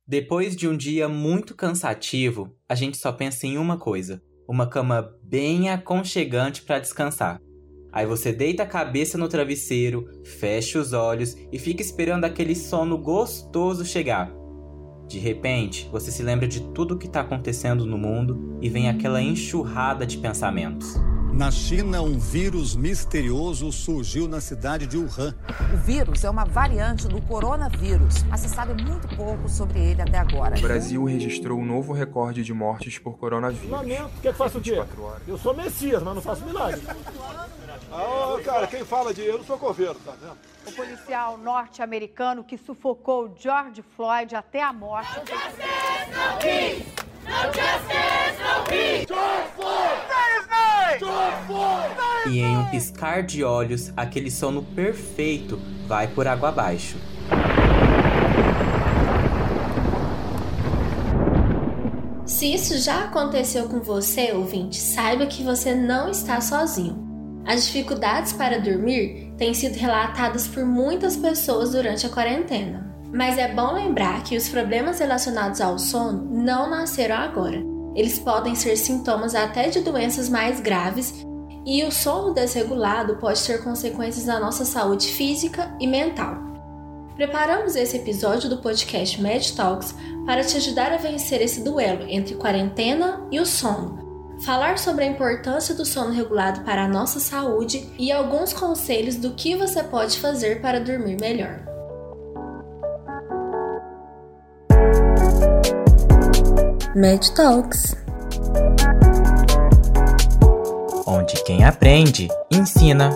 Depois de um dia muito cansativo, a gente só pensa em uma coisa: uma cama bem aconchegante para descansar. Aí você deita a cabeça no travesseiro, fecha os olhos e fica esperando aquele sono gostoso chegar. De repente, você se lembra de tudo o que está acontecendo no mundo e vem aquela enxurrada de pensamentos. Na China, um vírus misterioso surgiu na cidade de Wuhan. O vírus é uma variante do coronavírus, mas se sabe muito pouco sobre ele até agora. O Brasil registrou um novo recorde de mortes por coronavírus. Lamento. Quer que faça o quê? Eu sou Messias, mas não faço milagre. Cara, quem fala de eu não sou coveiro, tá vendo? O policial norte-americano que sufocou George Floyd até a morte. No justice, no peace! No justice, no peace! George Floyd! George Floyd! E em um piscar de olhos, aquele sono perfeito vai por água abaixo. Se isso já aconteceu com você, ouvinte, saiba que você não está sozinho. As dificuldades para dormir têm sido relatadas por muitas pessoas durante a quarentena. Mas é bom lembrar que os problemas relacionados ao sono não nasceram agora. Eles podem ser sintomas até de doenças mais graves e o sono desregulado pode ter consequências na nossa saúde física e mental. Preparamos esse episódio do podcast Med Talks para te ajudar a vencer esse duelo entre quarentena e o sono, falar sobre a importância do sono regulado para a nossa saúde e alguns conselhos do que você pode fazer para dormir melhor. Med Talks, onde quem aprende, ensina.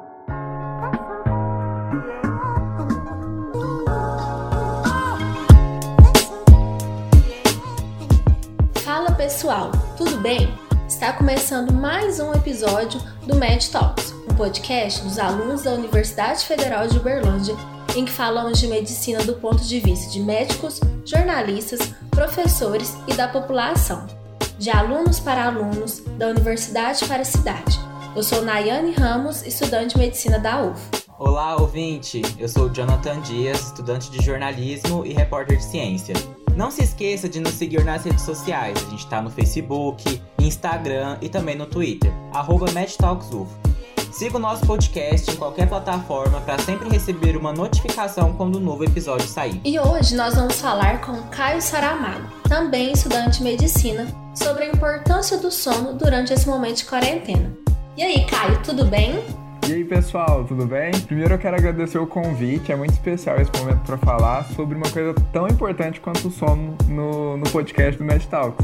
Fala pessoal, tudo bem? Está começando mais um episódio do Med Talks, um podcast dos alunos da Universidade Federal de Uberlândia, em que falamos de medicina do ponto de vista de médicos, jornalistas, professores e da população. De alunos para alunos, da universidade para a cidade. Eu sou Nayane Ramos, estudante de medicina da UF. Olá, ouvinte! Eu sou o Jonathan Dias, estudante de jornalismo e repórter de ciência. Não se esqueça de nos seguir nas redes sociais. A gente está no Facebook, Instagram e também no Twitter, @MedTalksUF. Siga o nosso podcast em qualquer plataforma para sempre receber uma notificação quando um novo episódio sair. E hoje nós vamos falar com Caio Saramago, também estudante de medicina, sobre a importância do sono durante esse momento de quarentena. E aí, Caio, tudo bem? E aí, pessoal, tudo bem? Primeiro eu quero agradecer o convite, é muito especial esse momento para falar sobre uma coisa tão importante quanto o sono no podcast do Med Talks.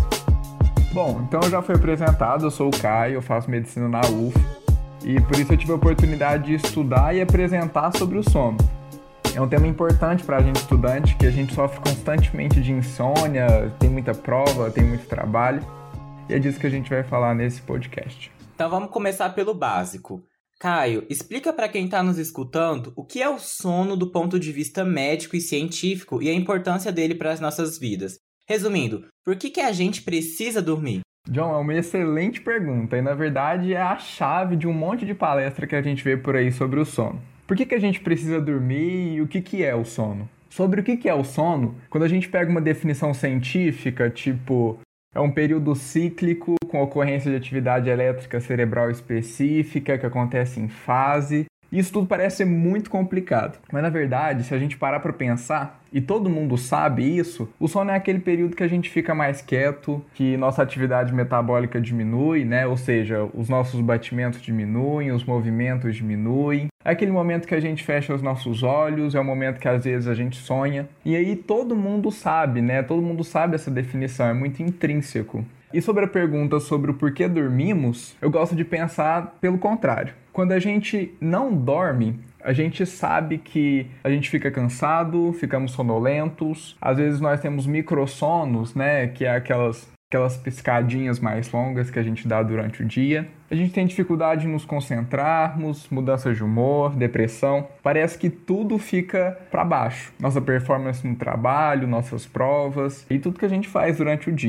Bom, então eu já fui apresentado, eu sou o Caio, eu faço medicina na UF, e por isso eu tive a oportunidade de estudar e apresentar sobre o sono. É um tema importante para a gente estudante, que a gente sofre constantemente de insônia, tem muita prova, tem muito trabalho, e é disso que a gente vai falar nesse podcast. Então vamos começar pelo básico. Caio, explica para quem está nos escutando o que é o sono do ponto de vista médico e científico e a importância dele para as nossas vidas. Resumindo, por que a gente precisa dormir? John, é uma excelente pergunta e, na verdade, é a chave de um monte de palestra que a gente vê por aí sobre o sono. Por que a gente precisa dormir e o que é o sono? Sobre o que é o sono, quando a gente pega uma definição científica, tipo, é um período cíclico com ocorrência de atividade elétrica cerebral específica que acontece em fase. Isso tudo parece ser muito complicado, mas na verdade, se a gente parar para pensar, e todo mundo sabe isso, o sono é aquele período que a gente fica mais quieto, que nossa atividade metabólica diminui, né? Ou seja, os nossos batimentos diminuem, os movimentos diminuem. É aquele momento que a gente fecha os nossos olhos, é o momento que às vezes a gente sonha. E aí todo mundo sabe, né? Todo mundo sabe essa definição, é muito intrínseco. E sobre a pergunta sobre o porquê dormimos, eu gosto de pensar pelo contrário. Quando a gente não dorme, a gente sabe que a gente fica cansado, ficamos sonolentos. Às vezes nós temos microssonos, né, que é aquelas piscadinhas mais longas que a gente dá durante o dia. A gente tem dificuldade em nos concentrarmos, mudança de humor, depressão. Parece que tudo fica para baixo. Nossa performance no trabalho, nossas provas e tudo que a gente faz durante o dia.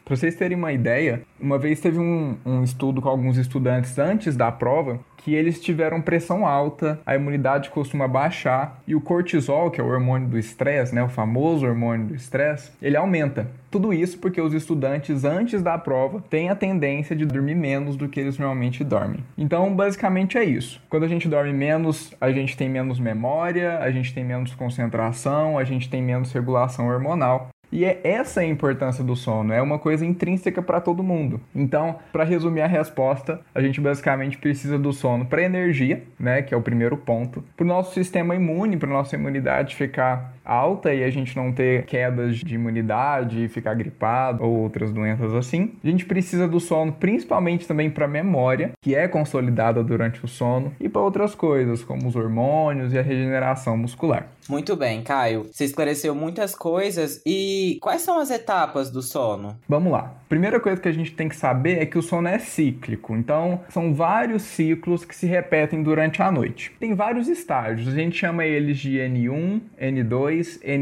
Para vocês terem uma ideia, uma vez teve um estudo com alguns estudantes antes da prova que eles tiveram pressão alta, a imunidade costuma baixar e o cortisol, que é o hormônio do estresse, né, o famoso hormônio do estresse, ele aumenta. Tudo isso porque os estudantes antes da prova têm a tendência de dormir menos do que eles normalmente dormem. Então, basicamente é isso. Quando a gente dorme menos, a gente tem menos memória, a gente tem menos concentração, a gente tem menos regulação hormonal. E essa a importância do sono, é uma coisa intrínseca para todo mundo. Então, para resumir a resposta, a gente basicamente precisa do sono para energia, né, que é o primeiro ponto, para o nosso sistema imune, para a nossa imunidade ficar alta e a gente não ter quedas de imunidade, ficar gripado ou outras doenças assim. A gente precisa do sono principalmente também para a memória, que é consolidada durante o sono, e para outras coisas, como os hormônios e a regeneração muscular. Muito bem, Caio. Você esclareceu muitas coisas. E quais são as etapas do sono? Vamos lá. Primeira coisa que a gente tem que saber é que o sono é cíclico. Então, são vários ciclos que se repetem durante a noite. Tem vários estágios. A gente chama eles de N1, N2,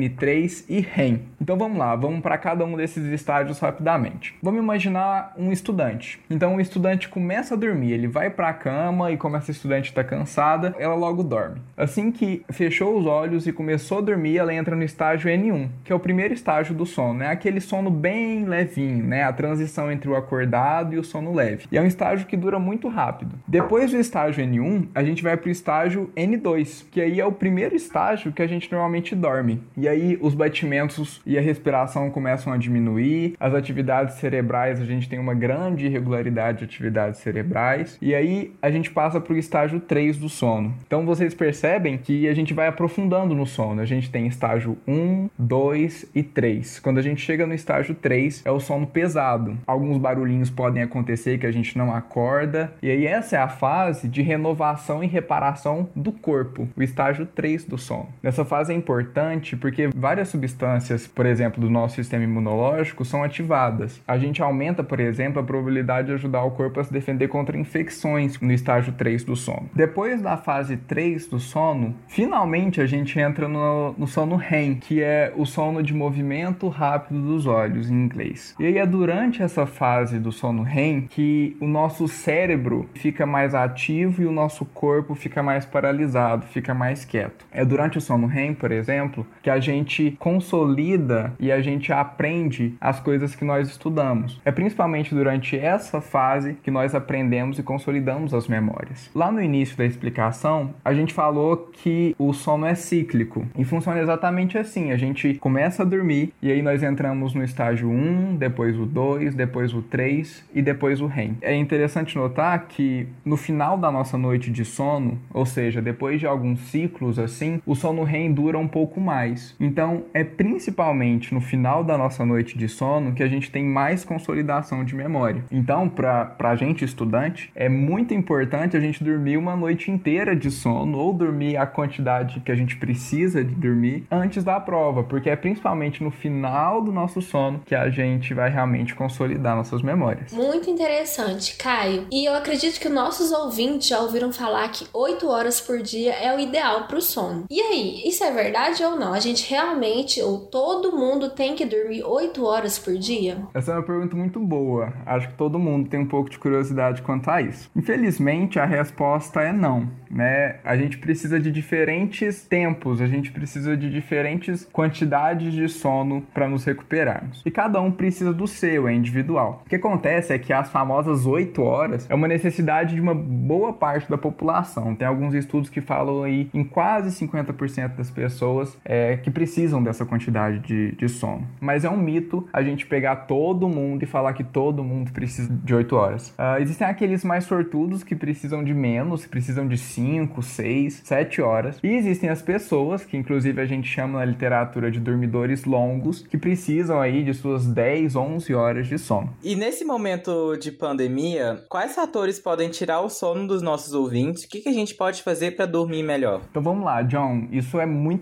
N3 e REM. Então, vamos lá. Vamos para cada um desses estágios rapidamente. Vamos imaginar um estudante. Então, o estudante começa a dormir. Ele vai para a cama e como essa estudante está cansada, ela logo dorme. Assim que fechou os olhos e começou a dormir, ela entra no estágio N1, que é o primeiro estágio do sono, é aquele sono bem levinho, né? A transição entre o acordado e o sono leve. E é um estágio que dura muito rápido. Depois do estágio N1, a gente vai para o estágio N2, que aí é o primeiro estágio que a gente normalmente dorme. E aí os batimentos e a respiração começam a diminuir, as atividades cerebrais, a gente tem uma grande irregularidade de atividades cerebrais, e aí a gente passa para o estágio 3 do sono. Então vocês percebem que a gente vai aprofundando no sono. A gente tem estágio 1, 2 e 3. Quando a gente chega no estágio 3, é o sono pesado. Alguns barulhinhos podem acontecer que a gente não acorda. E aí essa é a fase de renovação e reparação do corpo, o estágio 3 do sono. Nessa fase é importante porque várias substâncias, por exemplo, do nosso sistema imunológico são ativadas. A gente aumenta, por exemplo, a probabilidade de ajudar o corpo a se defender contra infecções no estágio 3 do sono. Depois da fase 3 do sono, finalmente a gente entra no sono REM, que é o sono de movimento rápido dos olhos em inglês. E aí é durante essa fase do sono REM que o nosso cérebro fica mais ativo e o nosso corpo fica mais paralisado, fica mais quieto. É durante o sono REM, por exemplo, que a gente consolida e a gente aprende as coisas que nós estudamos. É principalmente durante essa fase que nós aprendemos e consolidamos as memórias. Lá no início da explicação, a gente falou que o sono é cíclico. E funciona exatamente assim, a gente começa a dormir e aí nós entramos no estágio 1, depois o 2, depois o 3 e depois o REM. É interessante notar que no final da nossa noite de sono, ou seja, depois de alguns ciclos assim, o sono REM dura um pouco mais. Então é principalmente no final da nossa noite de sono que a gente tem mais consolidação de memória. Então pra gente estudante, é muito importante a gente dormir uma noite inteira de sono ou dormir a quantidade que a gente precisa de dormir antes da prova, porque é principalmente no final do nosso sono que a gente vai realmente consolidar nossas memórias. Muito interessante, Caio. E eu acredito que nossos ouvintes já ouviram falar que 8 horas por dia é o ideal para o sono. E aí, isso é verdade ou não? A gente realmente, ou todo mundo tem que dormir 8 horas por dia? Essa é uma pergunta muito boa. Acho que todo mundo tem um pouco de curiosidade quanto a isso. Infelizmente, a resposta é não, né? A gente precisa de diferentes tempos, a gente precisa de diferentes quantidades de sono para nos recuperarmos. E cada um precisa do seu, é individual. O que acontece é que as famosas 8 horas é uma necessidade de uma boa parte da população. Tem alguns estudos que falam aí em quase 50% das pessoas que precisam dessa quantidade de sono. Mas é um mito a gente pegar todo mundo e falar que todo mundo precisa de 8 horas. Existem aqueles mais sortudos que precisam de menos, que precisam de 5, 6, 7 horas. E existem as pessoas que inclusive a gente chama na literatura de dormidores longos, que precisam aí de suas 10, 11 horas de sono. E nesse momento de pandemia, quais fatores podem tirar o sono dos nossos ouvintes? O que a gente pode fazer para dormir melhor? Então vamos lá, John, isso é muito importante.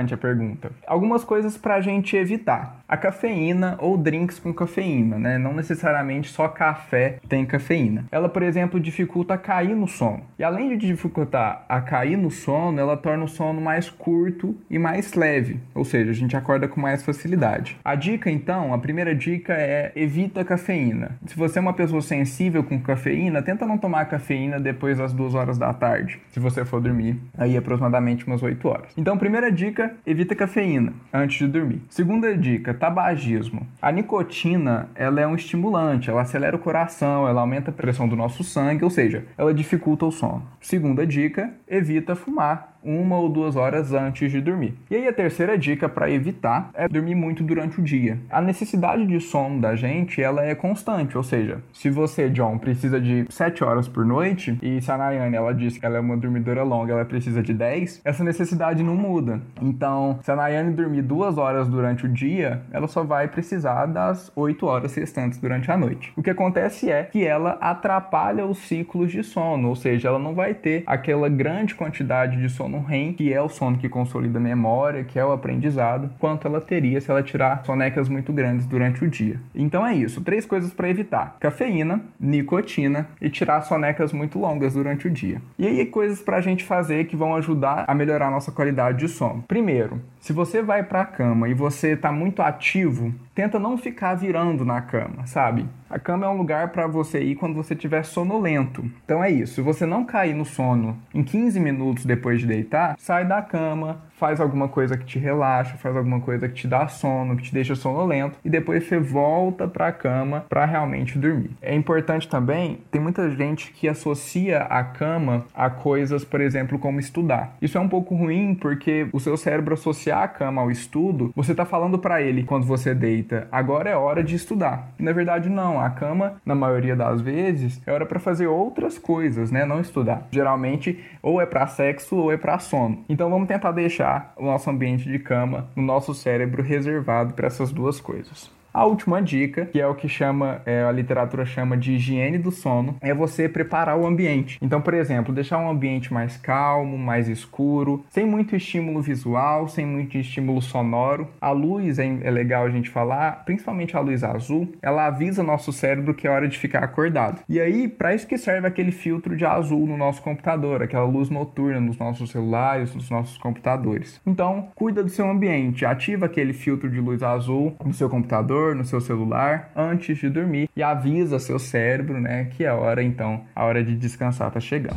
interessante a pergunta. Algumas coisas pra gente evitar. A cafeína ou drinks com cafeína, né? Não necessariamente só café tem cafeína. Ela, por exemplo, dificulta cair no sono. E além de dificultar a cair no sono, ela torna o sono mais curto e mais leve. Ou seja, a gente acorda com mais facilidade. A dica, então, a primeira dica é evita a cafeína. Se você é uma pessoa sensível com cafeína, tenta não tomar cafeína depois das 2 horas da tarde, se você for dormir aí aproximadamente umas 8 horas. Então, primeira dica, evita cafeína antes de dormir. Segunda dica, tabagismo. A nicotina, ela é um estimulante, ela acelera o coração, ela aumenta a pressão do nosso sangue, ou seja, ela dificulta o sono. Segunda dica, evita fumar 1 ou 2 horas antes de dormir. E aí a terceira dica para evitar é dormir muito durante o dia. A necessidade de sono da gente, ela é constante, ou seja, se você, John, precisa de 7 horas por noite e se a Nayane, ela disse que ela é uma dormidora longa, ela precisa de 10, essa necessidade não muda. Então, se a Nayane dormir 2 horas durante o dia, ela só vai precisar das 8 horas restantes durante a noite. O que acontece é que ela atrapalha os ciclos de sono, ou seja, ela não vai ter aquela grande quantidade de sono REM, que é o sono que consolida a memória, que é o aprendizado, quanto ela teria se ela tirar sonecas muito grandes durante o dia. Então é isso, 3 coisas para evitar: cafeína, nicotina e tirar sonecas muito longas durante o dia. E aí coisas para a gente fazer que vão ajudar a melhorar a nossa qualidade de sono. Primeiro, se você vai para a cama e você está muito ativo, tenta não ficar virando na cama, sabe? A cama é um lugar para você ir quando você estiver sonolento. Então é isso, se você não cair no sono em 15 minutos depois de deitar, sai da cama, faz alguma coisa que te relaxa, faz alguma coisa que te dá sono, que te deixa sonolento, e depois você volta para a cama para realmente dormir. É importante também, tem muita gente que associa a cama a coisas, por exemplo, como estudar. Isso é um pouco ruim porque o seu cérebro associar a cama ao estudo, você está falando para ele quando você deita, agora é hora de estudar. E, na verdade não, a cama, na maioria das vezes, é hora para fazer outras coisas, né? Não estudar. Geralmente, ou é para sexo ou é para sono. Então vamos tentar deixar o nosso ambiente de cama, no nosso cérebro, reservado para essas 2 coisas. A última dica, que é o que a literatura chama de higiene do sono, é você preparar o ambiente. Então, por exemplo, deixar um ambiente mais calmo, mais escuro, sem muito estímulo visual, sem muito estímulo sonoro. A luz, é legal a gente falar, principalmente a luz azul, ela avisa nosso cérebro que é hora de ficar acordado. E aí, para isso que serve aquele filtro de azul no nosso computador, aquela luz noturna nos nossos celulares, nos nossos computadores. Então, cuida do seu ambiente, ativa aquele filtro de luz azul no seu computador, no seu celular, antes de dormir, e avisa seu cérebro, né, que a hora de descansar tá chegando.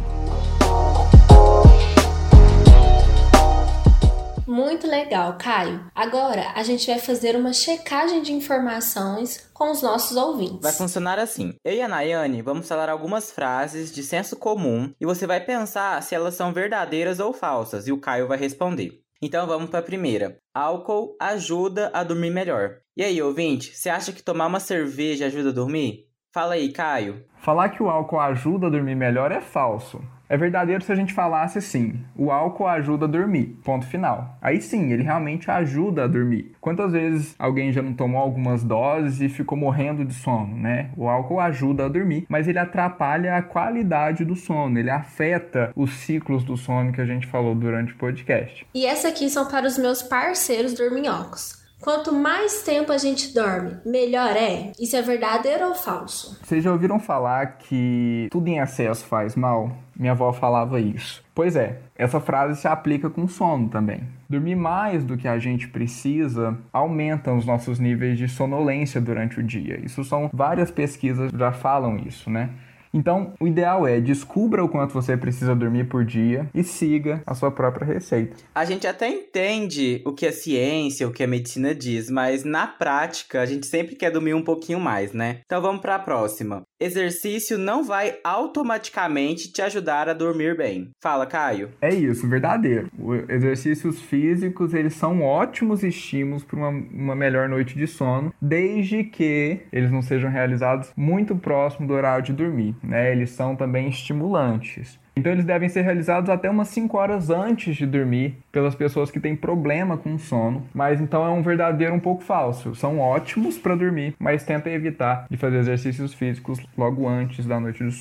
Muito legal, Caio. Agora a gente vai fazer uma checagem de informações com os nossos ouvintes. Vai funcionar assim. Eu e a Nayane vamos falar algumas frases de senso comum e você vai pensar se elas são verdadeiras ou falsas, e o Caio vai responder. Então vamos para a primeira. Álcool ajuda a dormir melhor. E aí, ouvinte, você acha que tomar uma cerveja ajuda a dormir? Fala aí, Caio. Falar que o álcool ajuda a dormir melhor é falso. É verdadeiro se a gente falasse assim: o álcool ajuda a dormir, ponto final. Aí sim, ele realmente ajuda a dormir. Quantas vezes alguém já não tomou algumas doses e ficou morrendo de sono, né? O álcool ajuda a dormir, mas ele atrapalha a qualidade do sono, ele afeta os ciclos do sono que a gente falou durante o podcast. E essa aqui são para os meus parceiros dorminhocos. Quanto mais tempo a gente dorme, melhor é? Isso é verdadeiro ou falso? Vocês já ouviram falar que tudo em excesso faz mal? Minha avó falava isso. Pois é, essa frase se aplica com sono também. Dormir mais do que a gente precisa aumenta os nossos níveis de sonolência durante o dia. Isso são várias pesquisas já falam isso, né? Então, o ideal é descubra o quanto você precisa dormir por dia e siga a sua própria receita. A gente até entende o que a ciência, o que a medicina diz, mas na prática a gente sempre quer dormir um pouquinho mais, né? Então vamos para a próxima. Exercício não vai automaticamente te ajudar a dormir bem. Fala, Caio. É isso, verdadeiro. Os exercícios físicos, eles são ótimos estímulos para uma melhor noite de sono, desde que eles não sejam realizados muito próximo do horário de dormir, né? Eles são também estimulantes. Então eles devem ser realizados até umas 5 horas antes de dormir pelas pessoas que têm problema com sono. Mas então é um verdadeiro um pouco falso. São ótimos para dormir, mas tenta evitar de fazer exercícios físicos logo antes da noite do sono.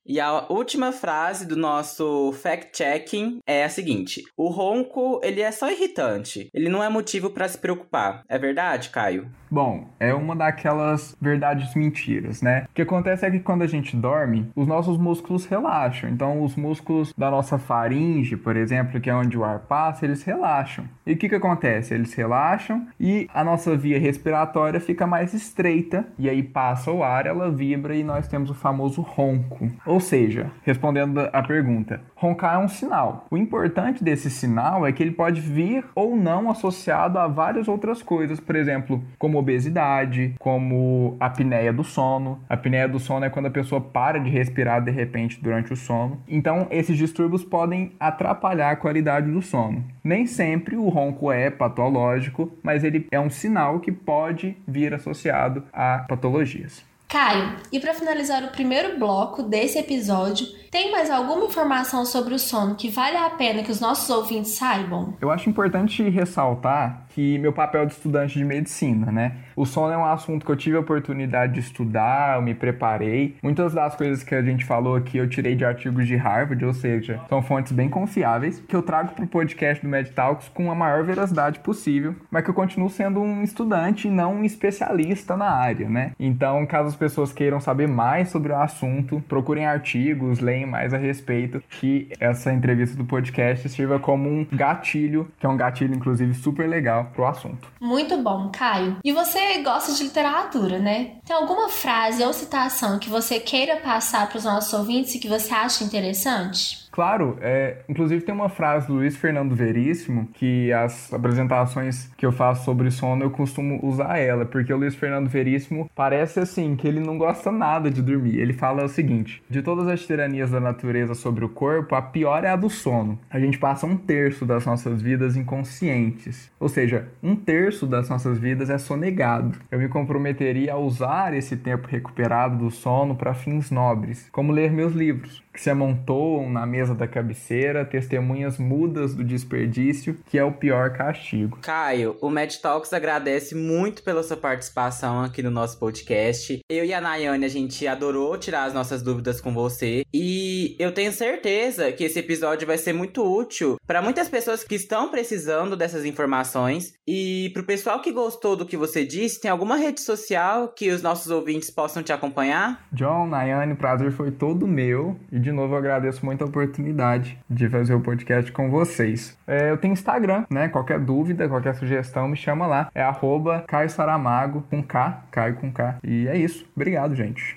E a última frase do nosso fact-checking é a seguinte: o ronco, ele é só irritante. Ele não é motivo pra se preocupar. É verdade, Caio? Bom, é uma daquelas verdades mentiras, né? O que acontece é que quando a gente dorme, os nossos músculos relaxam. Então, os músculos da nossa faringe, por exemplo, que é onde o ar passa, eles relaxam. E o que acontece? Eles relaxam e a nossa via respiratória fica mais estreita. E aí passa o ar, ela vibra e nós temos o famoso ronco. Ou seja, respondendo a pergunta, roncar é um sinal. O importante desse sinal é que ele pode vir ou não associado a várias outras coisas. Por exemplo, como obesidade, como apneia do sono. A apneia do sono é quando a pessoa para de respirar de repente durante o sono. Então, esses distúrbios podem atrapalhar a qualidade do sono. Nem sempre o ronco é patológico, mas ele é um sinal que pode vir associado a patologias. Caio, e para finalizar o primeiro bloco desse episódio, tem mais alguma informação sobre o sono que vale a pena que os nossos ouvintes saibam? Eu acho importante ressaltar que meu papel de estudante de medicina, né? O sono é um assunto que eu tive a oportunidade de estudar, eu me preparei. Muitas das coisas que a gente falou aqui eu tirei de artigos de Harvard, ou seja, são fontes bem confiáveis, que eu trago para o podcast do MedTalks com a maior veracidade possível, mas que eu continuo sendo um estudante e não um especialista na área, né? Então, caso as pessoas queiram saber mais sobre o assunto, procurem artigos, leiam mais a respeito, que essa entrevista do podcast sirva como um gatilho, que é um gatilho, inclusive, super legal pro assunto. Muito bom, Caio. E você gosta de literatura, né? Tem alguma frase ou citação que você queira passar para os nossos ouvintes e que você acha interessante? Claro, inclusive tem uma frase do Luiz Fernando Veríssimo, que as apresentações que eu faço sobre sono eu costumo usar ela, porque o Luiz Fernando Veríssimo parece assim, que ele não gosta nada de dormir. Ele fala o seguinte: de todas as tiranias da natureza sobre o corpo, a pior é a do sono. A gente passa 1/3 das nossas vidas inconscientes, ou seja, 1/3 das nossas vidas é sonegado. Eu me comprometeria a usar esse tempo recuperado do sono para fins nobres, como ler meus livros, que se amontoam na mesa da cabeceira, testemunhas mudas do desperdício, que é o pior castigo. Caio, o MedTalks agradece muito pela sua participação aqui no nosso podcast. Eu e a Nayane, a gente adorou tirar as nossas dúvidas com você e eu tenho certeza que esse episódio vai ser muito útil para muitas pessoas que estão precisando dessas informações. E pro pessoal que gostou do que você disse, tem alguma rede social que os nossos ouvintes possam te acompanhar? John, Nayane, o prazer foi todo meu e de novo eu agradeço muito a oportunidade de fazer o podcast com vocês. Eu tenho Instagram, né? Qualquer dúvida, qualquer sugestão, me chama lá. É @CaioSaramago, com K, Caio com K. E é isso. Obrigado, gente.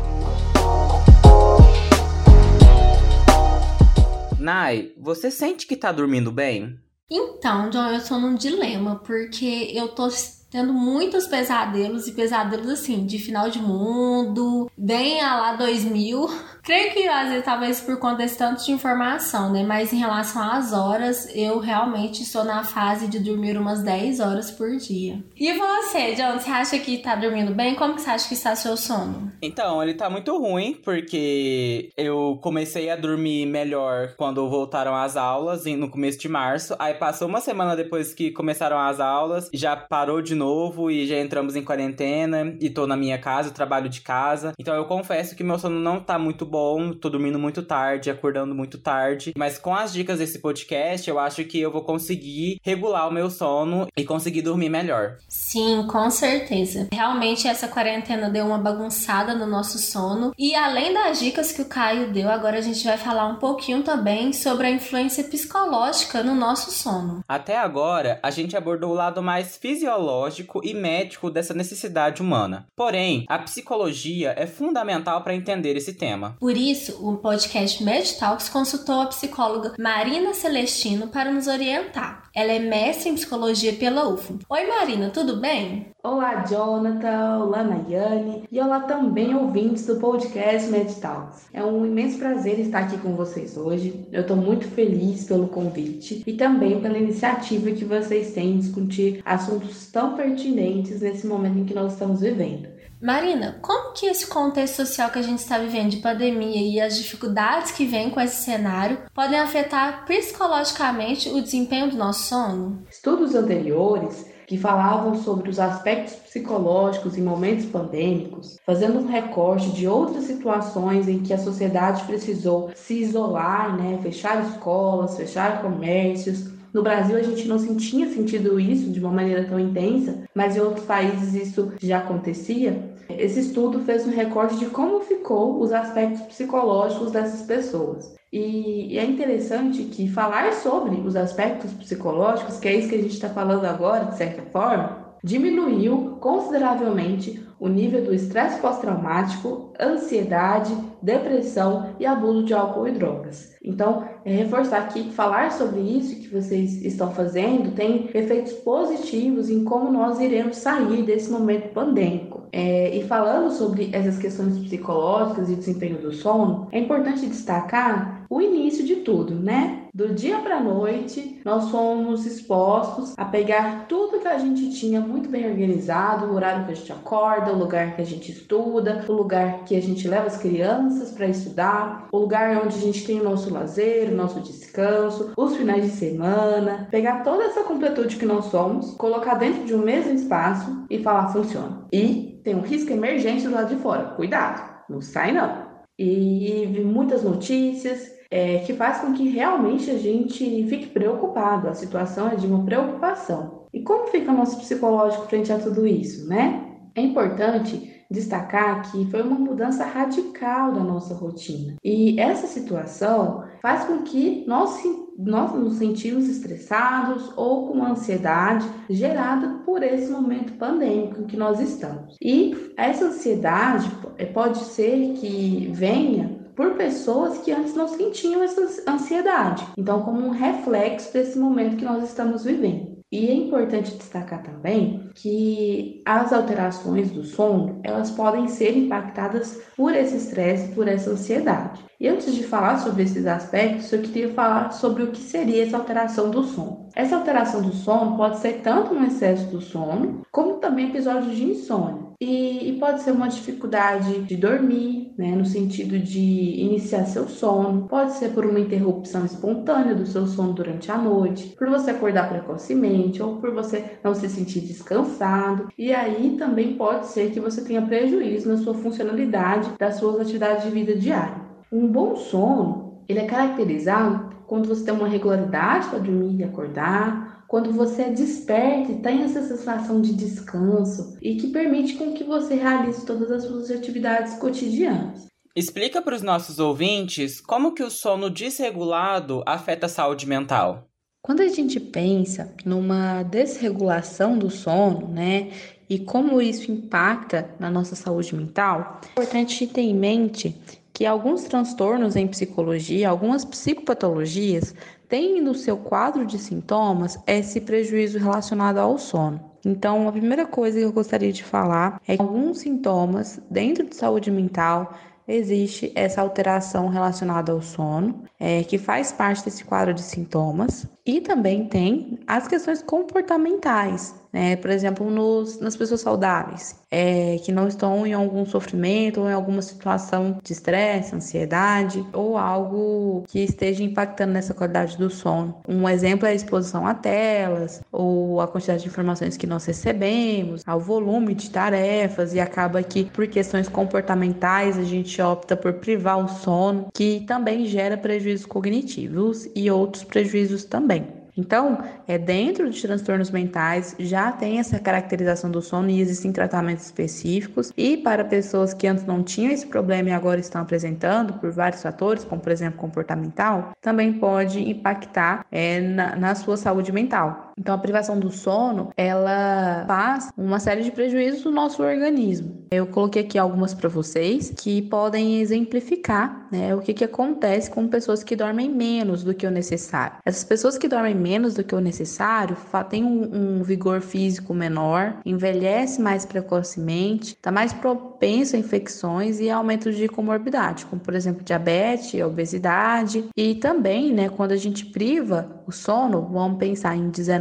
Nai, você sente que tá dormindo bem? Então, John, eu tô num dilema, porque eu tô tendo muitos pesadelos, e pesadelos assim, de final de mundo, bem a lá 2000. Creio que às vezes talvez por conta desse tanto de informação, né? Mas em relação às horas, eu realmente estou na fase de dormir umas 10 horas por dia. E você, John, você acha que tá dormindo bem? Como que você acha que está seu sono? Então, ele tá muito ruim, porque eu comecei a dormir melhor quando voltaram as aulas, no começo de março. Aí passou uma semana depois que começaram as aulas, já parou de novo e já entramos em quarentena e tô na minha casa, eu trabalho de casa. Então eu confesso que meu sono não tá muito bom, tô dormindo muito tarde, acordando muito tarde. Mas com as dicas desse podcast, eu acho que eu vou conseguir regular o meu sono e conseguir dormir melhor. Sim, com certeza. Realmente essa quarentena deu uma bagunçada no nosso sono. E além das dicas que o Caio deu, agora a gente vai falar um pouquinho também sobre a influência psicológica no nosso sono. Até agora, a gente abordou o lado mais fisiológico e médico dessa necessidade humana. Porém, a psicologia é fundamental para entender esse tema. Por isso, o podcast MedTalks consultou a psicóloga Marina Celestino para nos orientar. Ela é mestre em psicologia pela UFO. Oi, Marina, tudo bem? Olá, Jonathan, olá, Nayane e olá também ouvintes do podcast MedTalks. É um imenso prazer estar aqui com vocês hoje. Eu estou muito feliz pelo convite e também pela iniciativa que vocês têm em discutir assuntos tão pertinentes nesse momento em que nós estamos vivendo. Marina, como que esse contexto social que a gente está vivendo de pandemia e as dificuldades que vêm com esse cenário podem afetar psicologicamente o desempenho do nosso sono? Estudos anteriores que falavam sobre os aspectos psicológicos em momentos pandêmicos, fazendo um recorte de outras situações em que a sociedade precisou se isolar, né? Fechar escolas, fechar comércios. No Brasil, a gente não tinha sentido isso de uma maneira tão intensa, mas em outros países isso já acontecia. Esse estudo fez um recorte de como ficou os aspectos psicológicos dessas pessoas. E é interessante que falar sobre os aspectos psicológicos, que é isso que a gente está falando agora, de certa forma, diminuiu consideravelmente o nível do estresse pós-traumático, ansiedade, depressão e abuso de álcool e drogas. Então, reforçar aqui que falar sobre isso que vocês estão fazendo tem efeitos positivos em como nós iremos sair desse momento pandêmico. E falando sobre essas questões psicológicas e desempenho do sono, é importante destacar o início de tudo, né? Do dia para a noite, nós fomos expostos a pegar tudo que a gente tinha muito bem organizado, o horário que a gente acorda, o lugar que a gente estuda, o lugar que a gente leva as crianças para estudar, o lugar onde a gente tem o nosso lazer, o nosso descanso, os finais de semana, pegar toda essa completude que nós somos, colocar dentro de um mesmo espaço e falar funciona. E tem um risco emergente do lado de fora, cuidado, não sai não. E vi muitas notícias que faz com que realmente a gente fique preocupado. A situação é de uma preocupação. E como fica o nosso psicológico frente a tudo isso, né? É importante destacar que foi uma mudança radical da nossa rotina. E essa situação faz com que nós nos sentimos estressados ou com ansiedade gerada por esse momento pandêmico em que nós estamos. E essa ansiedade pode ser que venha por pessoas que antes não sentiam essa ansiedade. Então, como um reflexo desse momento que nós estamos vivendo. E é importante destacar também que as alterações do sono, elas podem ser impactadas por esse estresse, por essa ansiedade. E antes de falar sobre esses aspectos, eu queria falar sobre o que seria essa alteração do sono. Essa alteração do sono pode ser tanto um excesso do sono, como também episódios de insônia. E pode ser uma dificuldade de dormir, né, no sentido de iniciar seu sono. Pode ser por uma interrupção espontânea do seu sono durante a noite, por você acordar precocemente ou por você não se sentir descansado. E aí também pode ser que você tenha prejuízo na sua funcionalidade das suas atividades de vida diária. Um bom sono, ele é caracterizado quando você tem uma regularidade para dormir e acordar, quando você desperta e tem essa sensação de descanso e que permite com que você realize todas as suas atividades cotidianas. Explica para os nossos ouvintes como que o sono desregulado afeta a saúde mental. Quando a gente pensa numa desregulação do sono, né, e como isso impacta na nossa saúde mental, é importante ter em mente que alguns transtornos em psicologia, algumas psicopatologias, têm no seu quadro de sintomas esse prejuízo relacionado ao sono. Então, a primeira coisa que eu gostaria de falar é que alguns sintomas dentro de saúde mental existe essa alteração relacionada ao sono, que faz parte desse quadro de sintomas. E também tem as questões comportamentais, né? Por exemplo, nas pessoas saudáveis, que não estão em algum sofrimento ou em alguma situação de estresse, ansiedade ou algo que esteja impactando nessa qualidade do sono. Um exemplo é a exposição a telas ou a quantidade de informações que nós recebemos, ao volume de tarefas, e acaba que por questões comportamentais a gente opta por privar o sono, que também gera prejuízos cognitivos e outros prejuízos também. Então, dentro de transtornos mentais, já tem essa caracterização do sono e existem tratamentos específicos. E para pessoas que antes não tinham esse problema e agora estão apresentando por vários fatores, como por exemplo comportamental, também pode impactar na sua saúde mental. Então, a privação do sono, ela faz uma série de prejuízos no nosso organismo. Eu coloquei aqui algumas para vocês que podem exemplificar, né, o que acontece com pessoas que dormem menos do que o necessário. Essas pessoas que dormem menos do que o necessário têm um vigor físico menor, envelhece mais precocemente, está mais propenso a infecções e aumento de comorbidade, como por exemplo diabetes, obesidade. E também, né, quando a gente priva o sono, vamos pensar em 19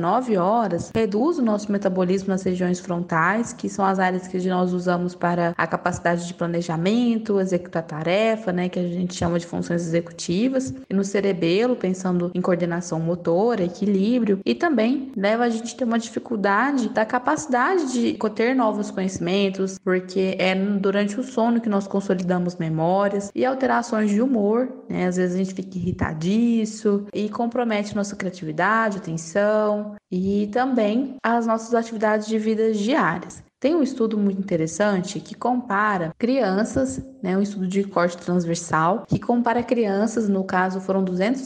19 horas, reduz o nosso metabolismo nas regiões frontais, que são as áreas que nós usamos para a capacidade de planejamento, executar tarefa, né, que a gente chama de funções executivas, e no cerebelo, pensando em coordenação motora, equilíbrio, e também leva a gente a ter uma dificuldade da capacidade de ter novos conhecimentos, porque é durante o sono que nós consolidamos memórias, e alterações de humor, né, às vezes a gente fica irritadiço e compromete nossa criatividade, atenção e também as nossas atividades de vida diárias. Tem um estudo muito interessante que compara crianças, né, um estudo de corte transversal, que compara crianças, no caso foram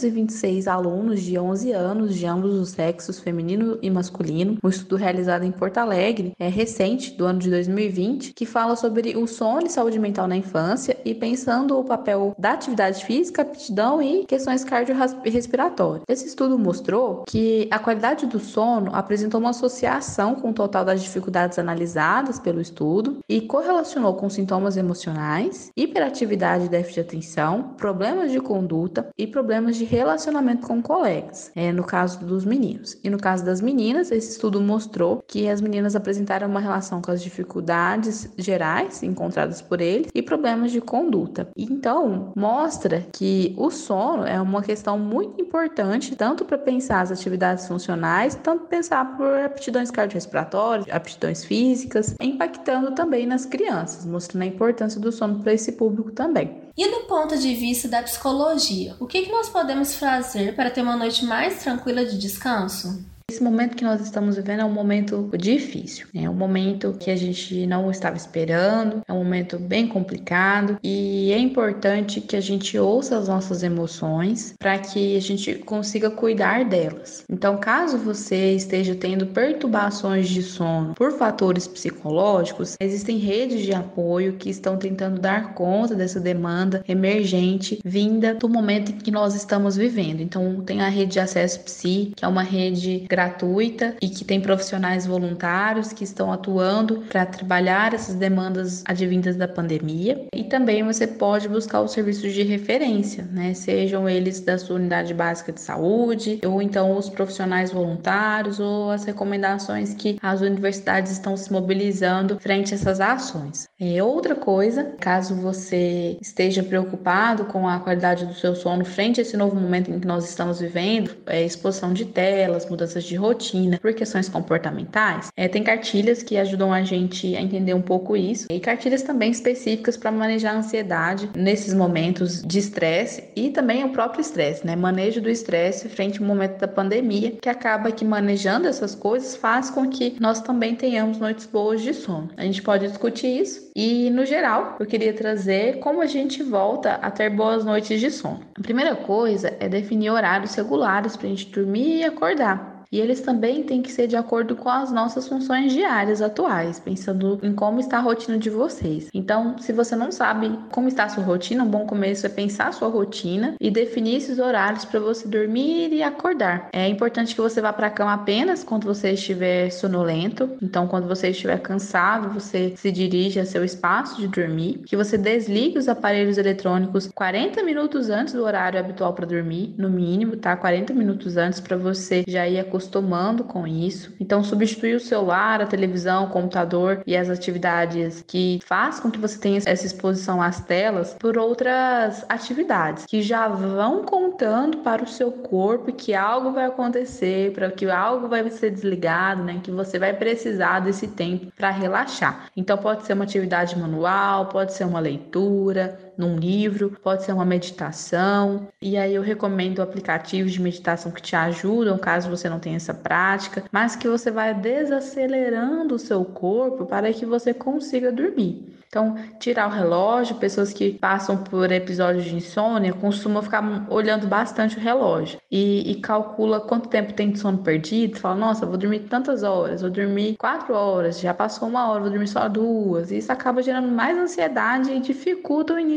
226 alunos de 11 anos, de ambos os sexos, feminino e masculino, um estudo realizado em Porto Alegre, recente, do ano de 2020, que fala sobre o sono e saúde mental na infância e pensando o papel da atividade física, aptidão e questões cardiorrespiratórias. Esse estudo mostrou que a qualidade do sono apresentou uma associação com o total das dificuldades analisadas pelo estudo e correlacionou com sintomas emocionais, hiperatividade e déficit de atenção, problemas de conduta e problemas de relacionamento com colegas, no caso dos meninos. E no caso das meninas, esse estudo mostrou que as meninas apresentaram uma relação com as dificuldades gerais encontradas por eles e problemas de conduta. Então, mostra que o sono é uma questão muito importante, tanto para pensar as atividades funcionais, tanto pensar por aptidões cardiorrespiratórias, aptidões físicas, impactando também nas crianças, mostrando a importância do sono para esse público também. E do ponto de vista da psicologia, o que nós podemos fazer para ter uma noite mais tranquila de descanso? Esse momento que nós estamos vivendo é um momento difícil, é um momento que a gente não estava esperando, é um momento bem complicado e é importante que a gente ouça as nossas emoções para que a gente consiga cuidar delas. Então, caso você esteja tendo perturbações de sono por fatores psicológicos, existem redes de apoio que estão tentando dar conta dessa demanda emergente vinda do momento em que nós estamos vivendo. Então, tem a rede de acesso psi, que é uma rede gratuita e que tem profissionais voluntários que estão atuando para trabalhar essas demandas advindas da pandemia. E também você pode buscar os serviços de referência, né? Sejam eles da sua unidade básica de saúde, ou então os profissionais voluntários, ou as recomendações que as universidades estão se mobilizando frente a essas ações. Outra coisa, caso você esteja preocupado com a qualidade do seu sono frente a esse novo momento em que nós estamos vivendo, exposição de telas, mudanças de rotina por questões comportamentais, tem cartilhas que ajudam a gente a entender um pouco isso e cartilhas também específicas para manejar a ansiedade nesses momentos de estresse e também o próprio estresse, né? Manejo do estresse frente ao momento da pandemia, que acaba que manejando essas coisas faz com que nós também tenhamos noites boas de sono. A gente pode discutir isso e, no geral, eu queria trazer como a gente volta a ter boas noites de sono. A primeira coisa é definir horários regulares para a gente dormir e acordar. E eles também têm que ser de acordo com as nossas funções diárias atuais, pensando em como está a rotina de vocês. Então, se você não sabe como está a sua rotina, um bom começo é pensar a sua rotina e definir esses horários para você dormir e acordar. É importante que você vá para a cama apenas quando você estiver sonolento. Então, quando você estiver cansado, você se dirige a seu espaço de dormir, que você desligue os aparelhos eletrônicos 40 minutos antes do horário habitual para dormir, no mínimo, tá? 40 minutos antes para você já ir acostumando com isso. Então, substituir o celular, a televisão, o computador e as atividades que faz com que você tenha essa exposição às telas por outras atividades que já vão contando para o seu corpo que algo vai acontecer, para que algo vai ser desligado, né? Que você vai precisar desse tempo para relaxar. Então, pode ser uma atividade manual, pode ser uma leitura num livro, pode ser uma meditação, e aí eu recomendo aplicativos de meditação que te ajudam caso você não tenha essa prática, mas que você vai desacelerando o seu corpo para que você consiga dormir. Então, tirar o relógio, pessoas que passam por episódios de insônia costumam ficar olhando bastante o relógio e calcula quanto tempo tem de sono perdido, fala, nossa, vou dormir tantas horas, vou dormir 4 horas, já passou 1 hora, vou dormir só 2, e isso acaba gerando mais ansiedade e dificulta o início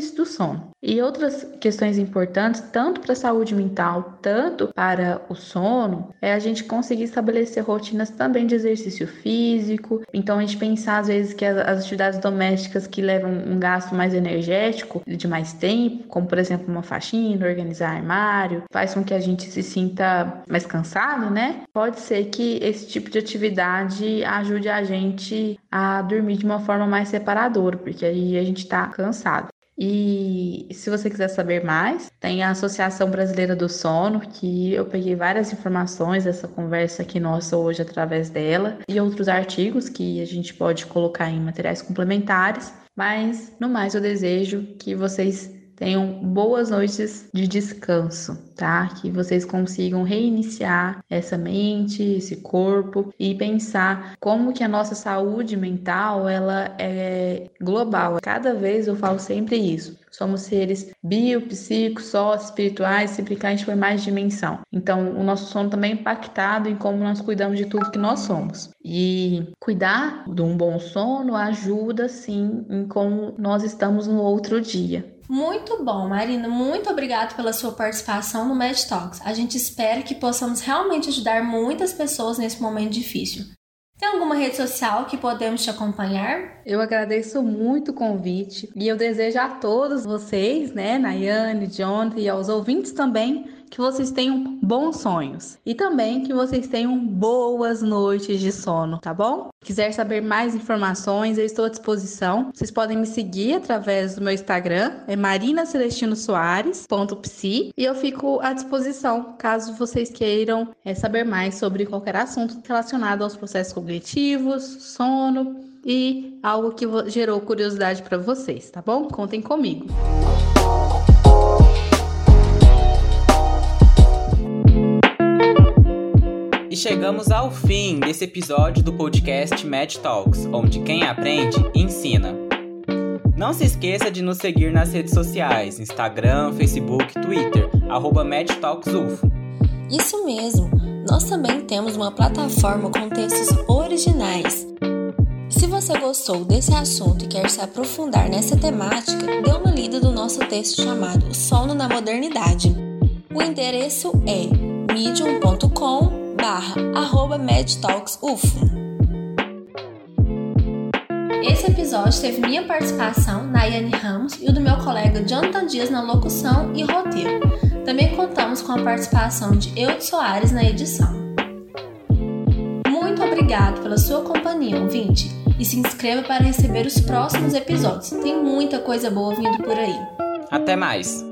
déficit do sono. E outras questões importantes, tanto para a saúde mental, tanto para o sono, é a gente conseguir estabelecer rotinas também de exercício físico. Então, a gente pensar, às vezes, que as atividades domésticas que levam um gasto mais energético, de mais tempo, como, por exemplo, uma faxina, organizar armário, faz com que a gente se sinta mais cansado, né? Pode ser que esse tipo de atividade ajude a gente a dormir de uma forma mais reparadora, porque aí a gente tá cansado. E se você quiser saber mais, tem a Associação Brasileira do Sono, que eu peguei várias informações dessa conversa aqui nossa hoje através dela, e outros artigos que a gente pode colocar em materiais complementares. Mas, no mais, eu desejo que vocês tenham boas noites de descanso, tá? Que vocês consigam reiniciar essa mente, esse corpo e pensar como que a nossa saúde mental, ela é global. Cada vez eu falo sempre isso. Somos seres biopsíquicos, sócio-espirituais, sempre que a gente for mais dimensão. Então, o nosso sono também é impactado em como nós cuidamos de tudo que nós somos. E cuidar de um bom sono ajuda, sim, em como nós estamos no outro dia. Muito bom, Marina. Muito obrigada pela sua participação no Med Talks. A gente espera que possamos realmente ajudar muitas pessoas nesse momento difícil. Tem alguma rede social que podemos te acompanhar? Eu agradeço muito o convite e eu desejo a todos vocês, né, Nayane, Jonathan e aos ouvintes também, que vocês tenham bons sonhos e também que vocês tenham boas noites de sono, tá bom? Quiser saber mais informações, eu estou à disposição. Vocês podem me seguir através do meu Instagram, é marinacelestinosoares.psi, e eu fico à disposição caso vocês queiram saber mais sobre qualquer assunto relacionado aos processos cognitivos, sono e algo que gerou curiosidade para vocês, tá bom? Contem comigo. E chegamos ao fim desse episódio do podcast Med Talks, onde quem aprende, ensina. Não se esqueça de nos seguir nas redes sociais, Instagram, Facebook, Twitter, @MedTalksUFO. Isso mesmo, nós também temos uma plataforma com textos originais. Se você gostou desse assunto e quer se aprofundar nessa temática, dê uma lida do nosso texto chamado O Sono na Modernidade. O endereço é medium.com/medtalksufo. Esse episódio teve minha participação, Nayane Ramos, e o do meu colega Jonathan Dias na locução e roteiro. Também contamos com a participação de Eudes Soares na edição. Muito obrigado pela sua companhia, ouvinte, e se inscreva para receber os próximos episódios. Tem muita coisa boa vindo por aí. Até mais!